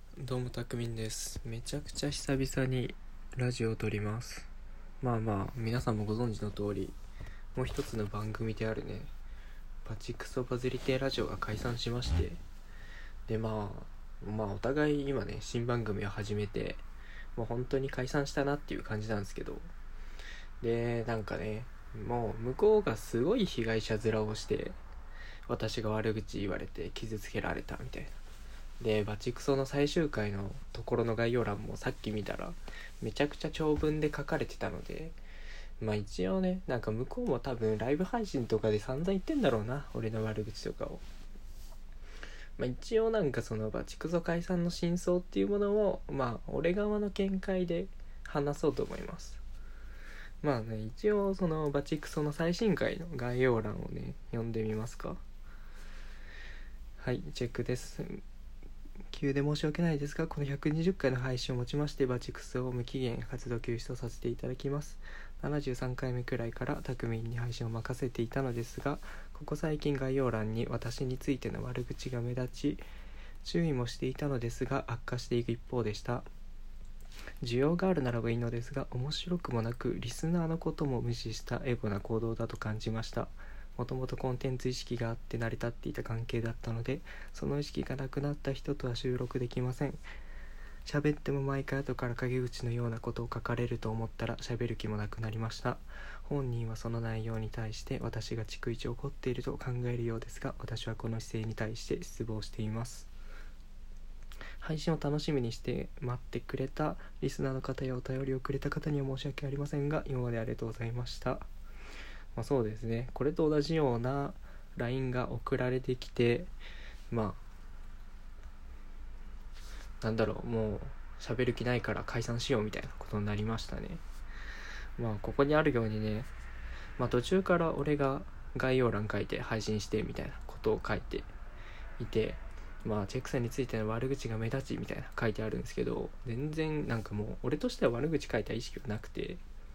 どうもたくみんです。めちゃくちゃ久々にラジオを撮ります。皆さんもご存知の通り、もう一つの番組であるね、バチクソバズり系ラジオが解散しまして、でお互い今ね新番組を始めて、もう本当に解散したなっていう感じなんですけど、でなんかね、もう向こうがすごい被害者面をして、私が悪口言われて傷つけられたみたいな。でバチクソの最終回のところの概要欄もさっき見たらめちゃくちゃ長文で書かれてたので、一応ね、なんか向こうも多分ライブ配信とかで散々言ってんだろうな、俺の悪口とかを。一応なんかそのバチクソ解散の真相っていうものを俺側の見解で話そうと思います。一応そのバチクソの最新回の概要欄をね読んでみますか。はい、チェックです。急で申し訳ないですが、この120回の配信をもちましてバチクソを無期限活動休止とさせていただきます。73回目くらいからたくみんに配信を任せていたのですが、ここ最近概要欄に私についての悪口が目立ち、注意もしていたのですが悪化していく一方でした。需要があるならばいいのですが、面白くもなくリスナーのことも無視したエゴな行動だと感じました。もともとコンテンツ意識があって成り立っていた関係だったので、その意識がなくなった人とは収録できません。喋っても毎回後から陰口のようなことを書かれると思ったら喋る気もなくなりました。本人はその内容に対して私が逐一怒っていると考えるようですが、私はこの姿勢に対して失望しています。配信を楽しみにして待ってくれたリスナーの方やお便りをくれた方には申し訳ありませんが、今までありがとうございました。そうですね、これと同じような LINE が送られてきて、もう喋る気ないから解散しようみたいなことになりましたね。ここにあるようにね、途中から俺が概要欄書いて配信してみたいなことを書いていて、チェックさんについての悪口が目立ちみたいな書いてあるんですけど、全然なんかもう俺としては悪口書いた意識はなくて、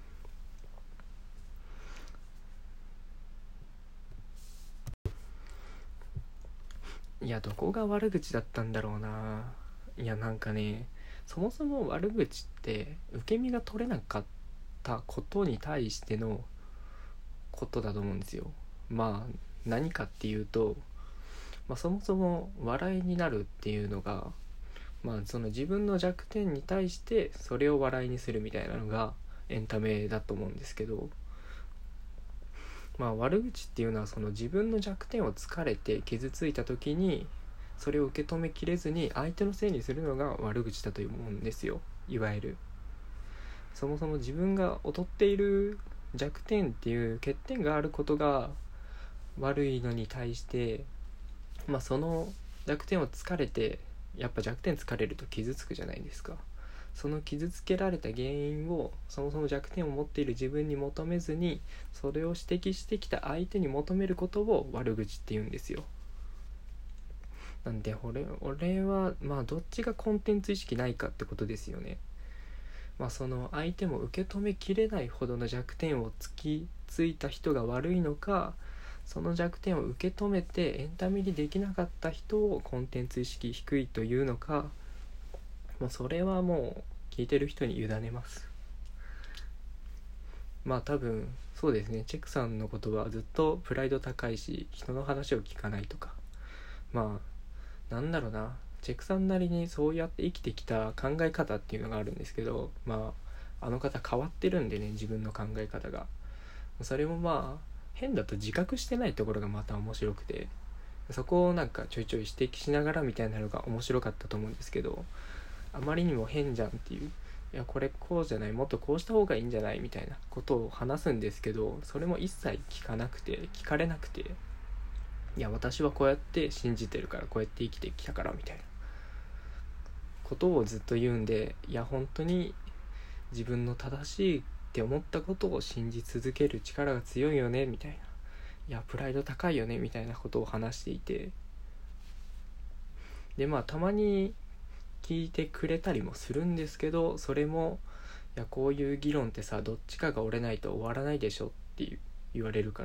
いやどこが悪口だったんだろうな。いやなんかね、そもそも悪口って受け身が取れなかったことに対してのことだと思うんですよ。何かっていうと、そもそも笑いになるっていうのが、その自分の弱点に対してそれを笑いにするみたいなのがエンタメだと思うんですけど、悪口っていうのはその自分の弱点を突かれて傷ついた時にそれを受け止めきれずに相手のせいにするのが悪口だと思うんですよ。いわゆるそもそも自分が劣っている弱点っていう欠点があることが悪いのに対して、その弱点を突かれて、やっぱ弱点突かれると傷つくじゃないですか。その傷つけられた原因をそもそも弱点を持っている自分に求めずに、それを指摘してきた相手に求めることを悪口って言うんですよ。なんで俺はどっちがコンテンツ意識ないかってことですよね。その相手も受け止めきれないほどの弱点を突きついた人が悪いのか、その弱点を受け止めてエンタメにできなかった人をコンテンツ意識低いというのか、それはもう聞いてる人に委ねます。多分そうですね、チェックさんのことはずっとプライド高いし人の話を聞かないとか、なんだろうな、チェックさんなりにそうやって生きてきた考え方っていうのがあるんですけど、あの方変わってるんでね、自分の考え方が。それも変だと自覚してないところがまた面白くて、そこをなんかちょいちょい指摘しながらみたいなのが面白かったと思うんですけど、あまりにも変じゃんっていう、いやこれこうじゃない、もっとこうした方がいいんじゃないみたいなことを話すんですけど、それも一切聞かれなくて、いや私はこうやって信じてるから、こうやって生きてきたからみたいなことをずっと言うんで、いや本当に自分の正しいって思ったことを信じ続ける力が強いよねみたいな、いやプライド高いよねみたいなことを話していて、でたまに聞いてくれたりもするんですけど、それもいやこういう議論ってさ、どっちかが折れないと終わらないでしょって言われるから、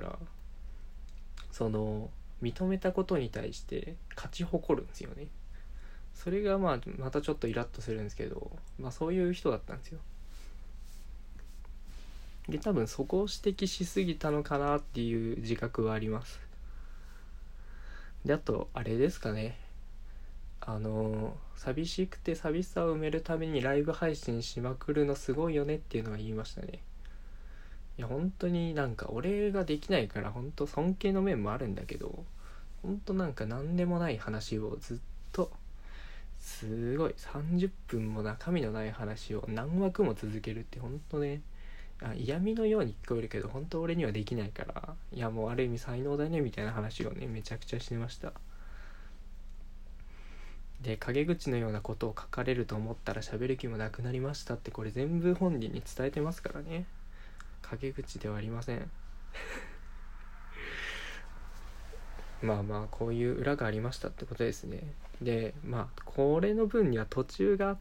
その認めたことに対して勝ち誇るんですよね。 それがまたちょっとイラッとするんですけど、そういう人だったんですよ。で多分そこを指摘しすぎたのかなっていう自覚はあります。であとあれですかね、寂しくて寂しさを埋めるためにライブ配信しまくるのすごいよねっていうのは言いましたね。いや本当になんか俺ができないから本当尊敬の面もあるんだけど、本当なんか何でもない話をずっとすごい30分も中身のない話を何枠も続けるって本当ね、嫌味のように聞こえるけど本当俺にはできないから、いやもうある意味才能だねみたいな話をねめちゃくちゃしてました。で陰口のようなことを書かれると思ったら喋る気もなくなりましたってこれ全部本人に伝えてますからね。陰口ではありません。こういう裏がありましたってことですね。でこれの文には途中があって、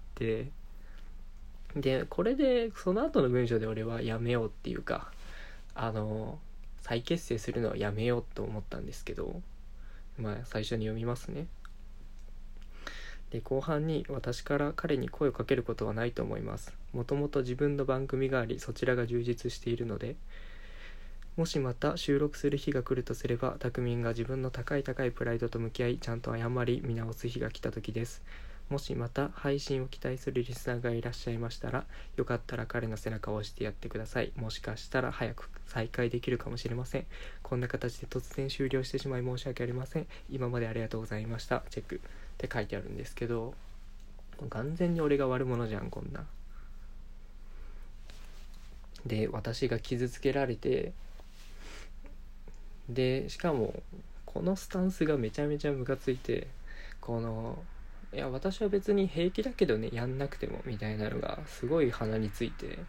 でこれでその後の文章で俺はやめようっていうか再結成するのはやめようと思ったんですけど、最初に読みますね。で後半に私から彼に声をかけることはないと思います。もともと自分の番組がありそちらが充実しているので、もしまた収録する日が来るとすれば、たくみんが自分の高いプライドと向き合いちゃんと謝り見直す日が来た時です。もしまた配信を期待するリスナーがいらっしゃいましたら、よかったら彼の背中を押してやってください。もしかしたら早く再開できるかもしれません。こんな形で突然終了してしまい申し訳ありません。今までありがとうございました。チェックって書いてあるんですけど、完全に俺が悪者じゃんこんな。で私が傷つけられて、でしかもこのスタンスがめちゃめちゃムカついて、いや私は別に平気だけどねやんなくてもみたいなのがすごい鼻について、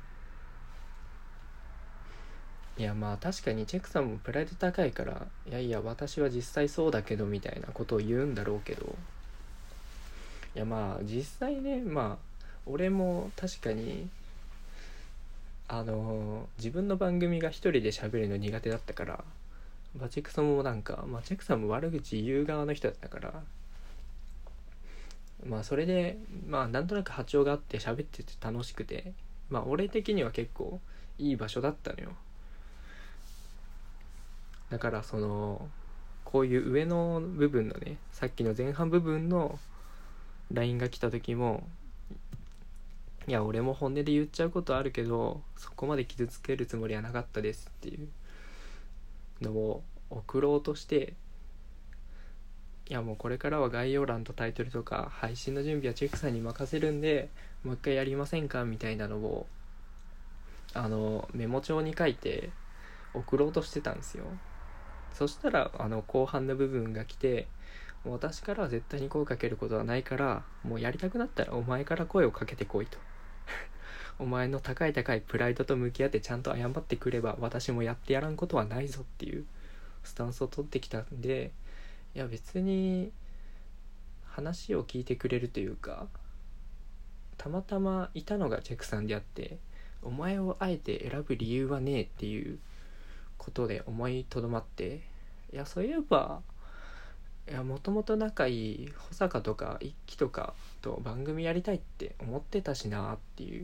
いや確かにチェックさんもプライド高いから、いや私は実際そうだけどみたいなことを言うんだろうけど、いや実際ね俺も確かに自分の番組が一人で喋るの苦手だったから、チェクソもチェクさんも悪口言う側の人だったから、それでなんとなく波長があって喋ってて楽しくて、俺的には結構いい場所だったのよ。だからこういう上の部分のね、さっきの前半部分の LINE が来た時も、いや俺も本音で言っちゃうことあるけどそこまで傷つけるつもりはなかったですっていうのを送ろうとして、いやもうこれからは概要欄とタイトルとか配信の準備はチェックさんに任せるんでもう一回やりませんかみたいなのをメモ帳に書いて送ろうとしてたんですよ。そしたら後半の部分が来て、もう私からは絶対に声をかけることはないから、もうやりたくなったらお前から声をかけてこいとお前の高いプライドと向き合ってちゃんと謝ってくれば私もやってやらんことはないぞっていうスタンスを取ってきたんで、いや別に話を聞いてくれるというか、たまたまいたのがチェクさんであってお前をあえて選ぶ理由はねえっていうことで思いとどまって、いやそういえばもともと仲いい保坂とか一輝とかと番組やりたいって思ってたしなっていう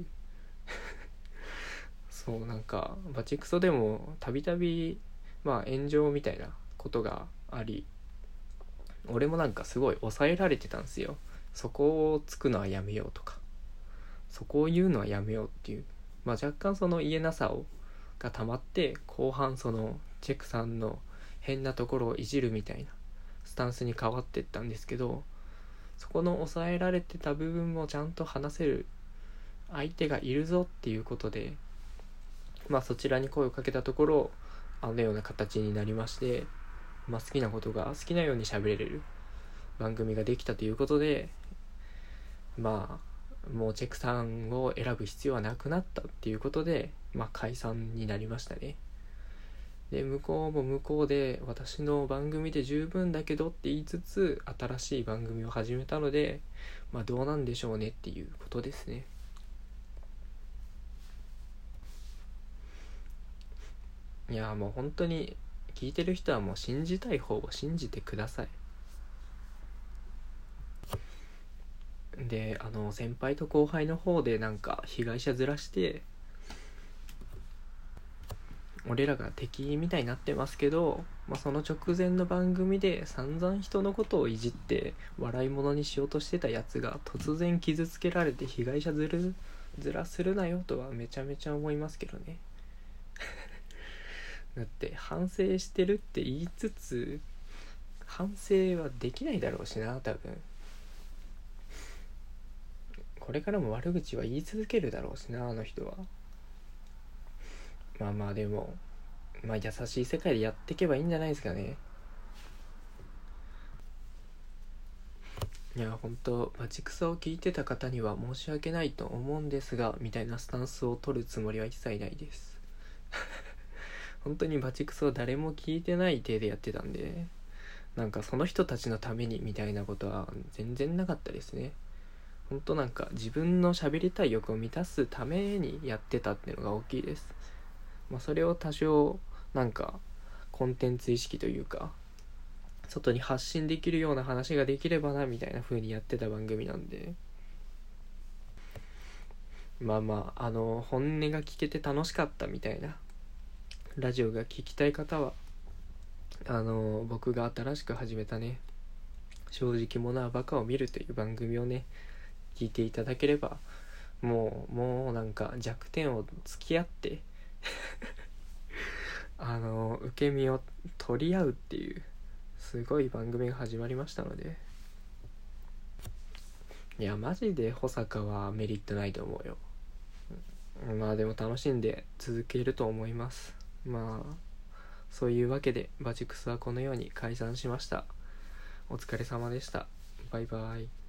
そうバチクソでもたびたび炎上みたいなことがあり、俺もすごい抑えられてたんですよ。そこをつくのはやめようとかそこを言うのはやめようっていう、若干その言えなさが溜まって、後半チェックさんの変なところをいじるみたいなスタンスに変わってったんですけど、そこの抑えられてた部分もちゃんと話せる相手がいるぞっていうことで、そちらに声をかけたところあのような形になりまして、好きなことが好きなように喋れる番組ができたということで、もうチェックさんを選ぶ必要はなくなったっていうことで、解散になりましたね。で向こうも向こうで私の番組で十分だけどって言いつつ新しい番組を始めたので、どうなんでしょうねっていうことですね。いやもう本当に聞いてる人はもう信じたい方を信じてください。 で先輩と後輩の方でなんか被害者ずらして俺らが敵みたいになってますけど、その直前の番組で散々人のことをいじって笑い物にしようとしてたやつが突然傷つけられて被害者ずらするなよとはめちゃめちゃ思いますけどね。だって反省してるって言いつつ反省はできないだろうしな。多分これからも悪口は言い続けるだろうしな、あの人は。でも優しい世界でやっていけばいいんじゃないですかね。いや本当バチクソを聞いてた方には申し訳ないと思うんですがみたいなスタンスを取るつもりは一切ないです。本当にバチクソを誰も聞いてない体でやってたんで、なんかその人たちのためにみたいなことは全然なかったですね。本当なんか自分の喋りたい欲を満たすためにやってたっていうのが大きいです。それを多少なんかコンテンツ意識というか外に発信できるような話ができればなみたいな風にやってた番組なんで、本音が聞けて楽しかったみたいなラジオが聞きたい方は僕が新しく始めたね正直者はバカを見るという番組をね聞いていただければもうなんか弱点を付き合って受け身を取り合うっていうすごい番組が始まりましたので、いやマジで保坂はメリットないと思うよ。でも楽しんで続けると思います。そういうわけでバチクスはこのように解散しました。お疲れ様でした。バイバイ。